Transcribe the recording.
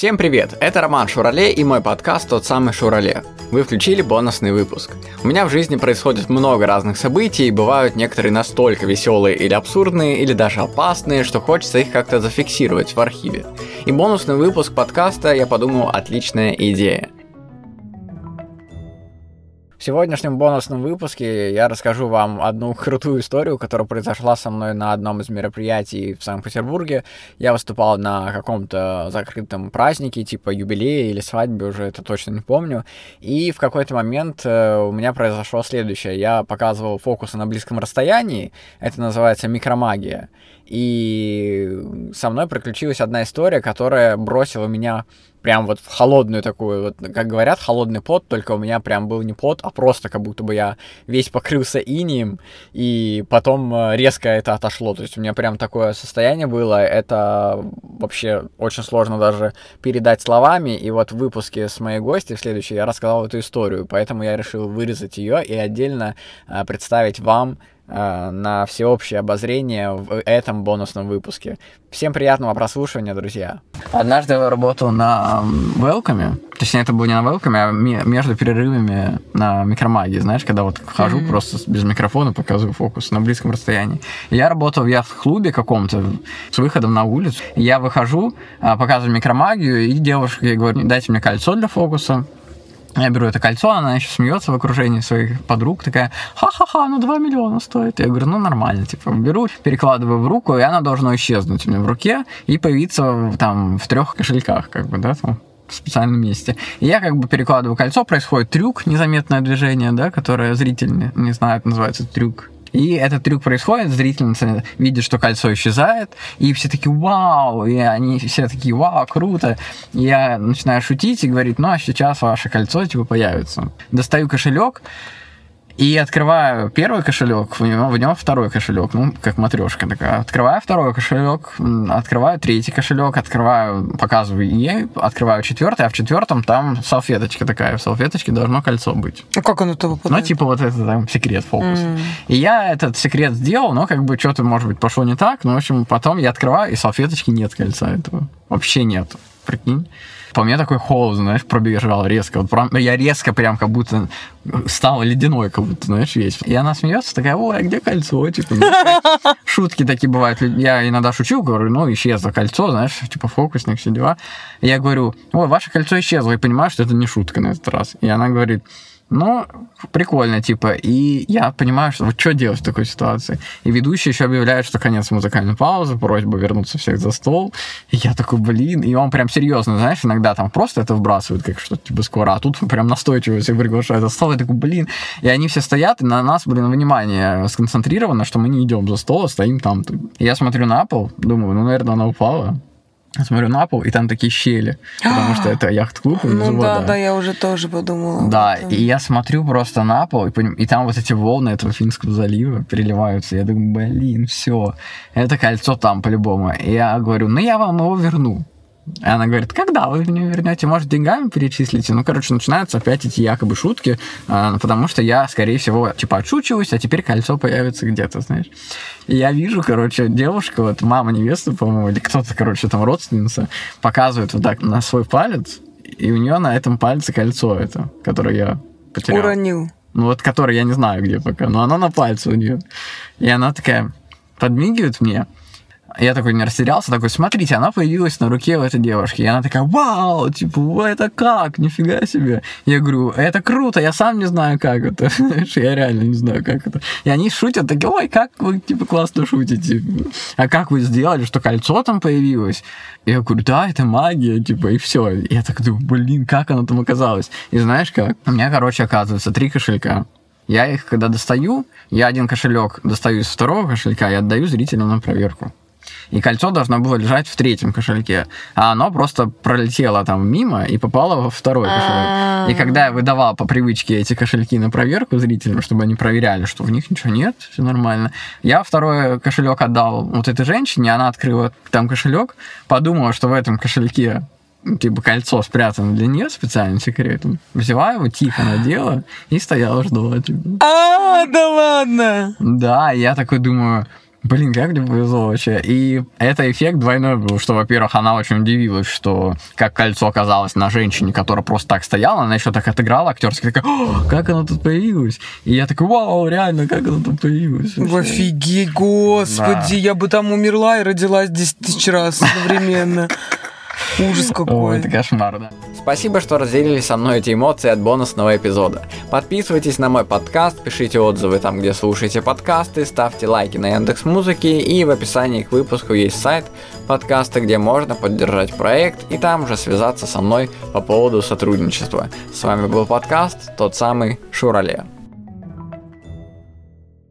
Всем привет, это Роман Шурале и мой подкаст «Тот самый Шурале». Вы включили бонусный выпуск. У меня в жизни происходит много разных событий, и бывают некоторые настолько веселые или абсурдные, или даже опасные, что хочется их как-то зафиксировать в архиве. И бонусный выпуск подкаста, я подумал, отличная идея. В сегодняшнем бонусном выпуске я расскажу вам одну крутую историю, которая произошла со мной на одном из мероприятий в Санкт-Петербурге. Я выступал на каком-то закрытом празднике, типа юбилея или свадьбе, уже это точно не помню. И в какой-то момент у меня произошло следующее. Я показывал фокусы на близком расстоянии, это называется микромагия. И со мной приключилась одна история, которая бросила меня прям вот в холодную такую, вот, как говорят, холодный пот, только у меня прям был не пот, а просто как будто бы я весь покрылся инием, и потом резко это отошло. То есть у меня прям такое состояние было, это вообще очень сложно даже передать словами, и вот в выпуске с моей гостью в следующий я рассказал эту историю, поэтому я решил вырезать ее и отдельно представить вам на всеобщее обозрение в этом бонусном выпуске. Всем приятного прослушивания, друзья. Однажды я работал на велкаме, точнее, это было не на велкаме, а между перерывами на микромагии, знаешь, когда вот хожу просто без микрофона, показываю фокус на близком расстоянии. И я работал в яхт-клубе каком-то с выходом на улицу. И я выхожу, показываю микромагию, и девушке говорю: дайте мне кольцо для фокуса. Я беру это кольцо, она еще смеется в окружении своих подруг, такая: ха-ха-ха, 2 миллиона стоит. Я говорю: нормально, беру, перекладываю в руку, и она должна исчезнуть у меня в руке и появиться там в 3 кошельках, там, в специальном месте. И я перекладываю кольцо, происходит трюк, незаметное движение, которое зритель не знает, называется трюк. И этот трюк происходит, зрительница видит, что кольцо исчезает, и все такие: вау, и они все такие: вау, круто. И я начинаю шутить и говорить: а сейчас ваше кольцо появится. Достаю кошелек и открываю первый кошелек, в нем второй кошелек, как матрешка такая. Открываю второй кошелек, открываю третий кошелек, показываю ей, открываю 4-й, а в 4-м там салфеточка такая, в салфеточке должно кольцо быть. А как оно туда попадает? Это там секрет фокуса. И я этот секрет сделал, но что-то, может быть, пошло не так, в общем, потом я открываю, и салфеточки нет кольца этого. Вообще нет. Прикинь. По мне такой холод, пробежал резко. Я резко прям как будто стал ледяной, как будто, весь. И она смеется, такая: ой, а где кольцо? Шутки такие бывают. Я иногда шучу, говорю: исчезло кольцо, фокусник, все дела. И я говорю: ой, ваше кольцо исчезло. И понимаю, что это не шутка на этот раз. И она говорит: прикольно, И я понимаю, что что делать в такой ситуации. И ведущий еще объявляет, что конец музыкальной паузы, просьба вернуться всех за стол. И я такой: и он прям серьезно, иногда там просто это вбрасывают, как что-то скоро, а тут прям настойчиво всех приглашают за стол. Я такой: И они все стоят, и на нас, внимание сконцентрировано, что мы не идем за стол, а стоим там. И я смотрю на пол, думаю: наверное, она упала. Смотрю на пол, и там такие щели, потому что это яхт-клуб. Да, я уже тоже подумала. Да, и я смотрю просто на пол, и там вот эти волны этого Финского залива переливаются. Я думаю: все, это кольцо там по-любому. И я говорю: я вам его верну. И она говорит: когда вы мне вернете? Может, деньгами перечислите? Начинаются опять эти якобы шутки, потому что я, скорее всего, отшучиваюсь, а теперь кольцо появится где-то, И я вижу, девушка, мама невесты, по-моему, или кто-то, там родственница, показывает вот так на свой палец, и у нее на этом пальце кольцо это, которое я потерял. Уронил. Которое я не знаю где пока, но оно на пальце у нее. И она такая подмигивает мне. Я такой не растерялся, такой: смотрите, она появилась на руке у этой девушки. И она такая: вау, это как? Нифига себе. Я говорю: это круто, я сам не знаю, как это. Я реально не знаю, как это. И они шутят, такие: ой, как вы, классно шутите. А как вы сделали, что кольцо там появилось? Я говорю: да, это магия, и все. И я так думаю: как оно там оказалось? И знаешь как? У меня, оказывается, 3 кошелька. Я их, когда достаю, я один кошелек достаю из второго кошелька и отдаю зрителям на проверку. И кольцо должно было лежать в 3-м кошельке, а оно просто пролетело там мимо и попало во 2-й кошелек. И когда я выдавал по привычке эти кошельки на проверку зрителям, чтобы они проверяли, что в них ничего нет, все нормально, я 2-й кошелек отдал вот этой женщине, она открыла там кошелек, подумала, что в этом кошельке кольцо спрятано для нее специальным секретом. Взяла его, тихо надела и стояла, ждала. Да ладно? Да, я такой думаю: Блин, как мне повезло вообще. И это эффект двойной был, что, во-первых, она очень удивилась, что как кольцо оказалось на женщине, которая просто так стояла, она еще так отыграла актерски, такая, как она тут появилась? И я такой, вау, реально, как она тут появилась? Офигеть, господи, да. Я бы там умерла и родилась 10 тысяч раз одновременно. Ужас какой. Ой, это кошмар, да. Спасибо, что разделили со мной эти эмоции от бонусного эпизода. Подписывайтесь на мой подкаст, пишите отзывы там, где слушаете подкасты, ставьте лайки на Яндекс.Музыке, и в описании к выпуску есть сайт подкаста, где можно поддержать проект и там же связаться со мной по поводу сотрудничества. С вами был подкаст, тот самый Шурале.